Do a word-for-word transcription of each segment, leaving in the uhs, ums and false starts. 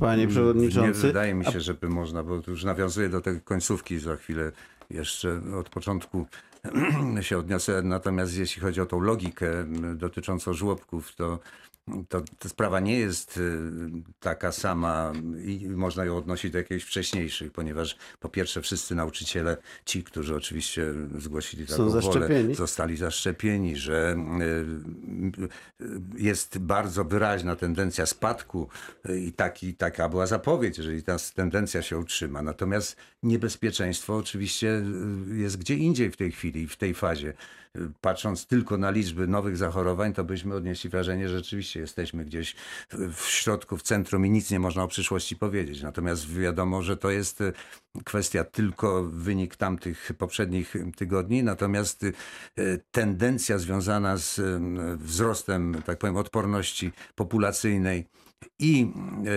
panie przewodniczący. Nie wydaje mi się, żeby można, bo to już nawiązuję do tej końcówki za chwilę. Jeszcze od początku się odniosę. Natomiast jeśli chodzi o tą logikę dotyczącą żłobków, to To, to sprawa nie jest taka sama i można ją odnosić do jakichś wcześniejszych, ponieważ po pierwsze wszyscy nauczyciele, ci, którzy oczywiście zgłosili taką wolę, zostali zaszczepieni, że jest bardzo wyraźna tendencja spadku i taki, taka była zapowiedź, jeżeli ta tendencja się utrzyma. Natomiast niebezpieczeństwo oczywiście jest gdzie indziej w tej chwili, w tej fazie. Patrząc tylko na liczby nowych zachorowań, to byśmy odnieśli wrażenie, że rzeczywiście jesteśmy gdzieś w środku, w centrum i nic nie można o przyszłości powiedzieć. Natomiast wiadomo, że to jest kwestia tylko wynik tamtych poprzednich tygodni. Natomiast tendencja związana z wzrostem, tak powiem, odporności populacyjnej i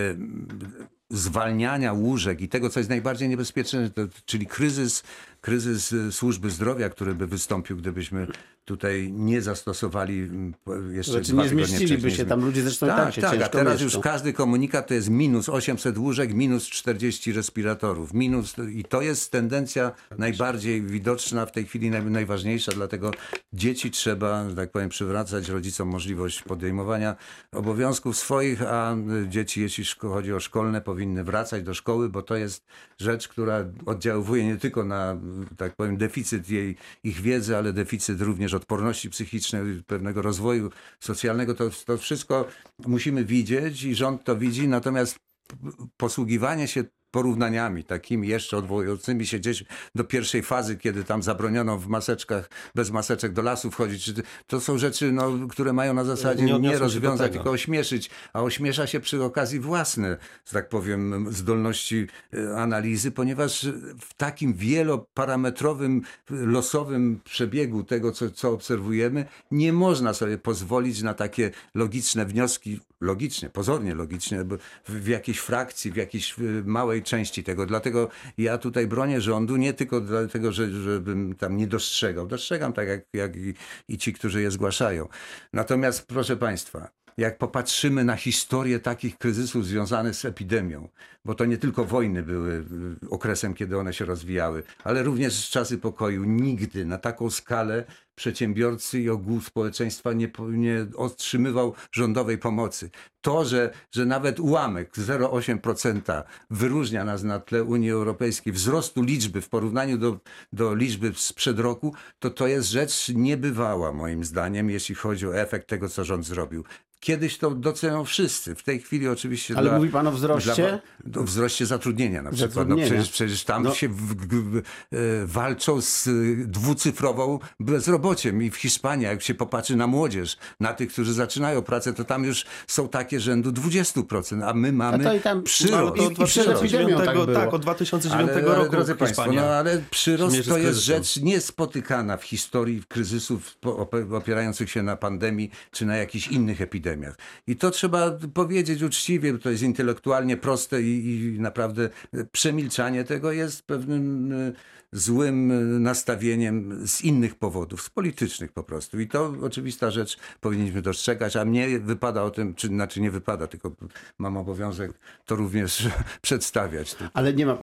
zwalniania łóżek i tego, co jest najbardziej niebezpieczne, to, czyli kryzys, kryzys służby zdrowia, który by wystąpił, gdybyśmy tutaj nie zastosowali jeszcze znaczy, dwa nie zmieściliby się tam ludzie, zresztą tak, tak się tak, ciężko a teraz mieszczą. już każdy komunikat to jest minus osiemset łóżek, minus czterdzieści respiratorów, minus i to jest tendencja najbardziej widoczna w tej chwili, naj, najważniejsza, dlatego dzieci trzeba, że tak powiem, przywracać rodzicom możliwość podejmowania obowiązków swoich, a dzieci, jeśli chodzi o szkolne, powinny wracać do szkoły, bo to jest rzecz, która oddziałuje nie tylko na, tak powiem, deficyt jej, ich wiedzy, ale deficyt również odporności psychicznej, pewnego rozwoju socjalnego. To, to wszystko musimy widzieć i rząd to widzi, natomiast posługiwanie się porównaniami takimi jeszcze odwołującymi się gdzieś do pierwszej fazy, kiedy tam zabroniono w maseczkach, bez maseczek do lasu wchodzić. To są rzeczy, no, które mają na zasadzie nie, nie rozwiązać, tylko ośmieszyć, a ośmiesza się przy okazji własne, że tak powiem, zdolności analizy, ponieważ w takim wieloparametrowym, losowym przebiegu tego, co, co obserwujemy, nie można sobie pozwolić na takie logiczne wnioski, logicznie, pozornie logicznie, w jakiejś frakcji, w jakiejś małej części tego. Dlatego ja tutaj bronię rządu nie tylko dlatego, że, żebym tam nie dostrzegał. Dostrzegam tak jak, jak i, i ci, którzy je zgłaszają. Natomiast proszę państwa, jak popatrzymy na historię takich kryzysów związanych z epidemią, bo to nie tylko wojny były okresem, kiedy one się rozwijały, ale również czasy pokoju, nigdy na taką skalę przedsiębiorcy i ogół społeczeństwa nie, nie otrzymywał rządowej pomocy. To, że, że nawet ułamek zero przecinek osiem procent wyróżnia nas na tle Unii Europejskiej, wzrostu liczby w porównaniu do, do liczby sprzed roku, to to jest rzecz niebywała moim zdaniem, jeśli chodzi o efekt tego, co rząd zrobił. Kiedyś to docenią wszyscy. W tej chwili oczywiście... Ale dla, mówi pan o wzroście? Dla, o wzroście zatrudnienia na przykład. Zatrudnienia. No przecież, przecież tam no. się w, w, w, walczą z dwucyfrową bezrobociem. I w Hiszpanii, jak się popatrzy na młodzież, na tych, którzy zaczynają pracę, to tam już są takie rzędu dwadzieścia procent, a my mamy a to i tam, przyrost. I, i, i przed epidemią tak, tak, od dwa tysiące dziewiątego ale, roku drodzy państwo, no ale przyrost to jest rzecz kryzysem. niespotykana w historii kryzysów opierających się na pandemii, czy na jakichś innych epidemiach. I to trzeba powiedzieć uczciwie, bo to jest intelektualnie proste i, i naprawdę przemilczanie tego jest pewnym złym nastawieniem z innych powodów, z politycznych po prostu. I to oczywista rzecz, powinniśmy dostrzegać, a mnie wypada o tym, czy znaczy nie wypada, tylko mam obowiązek to również przedstawiać. Ale nie ma,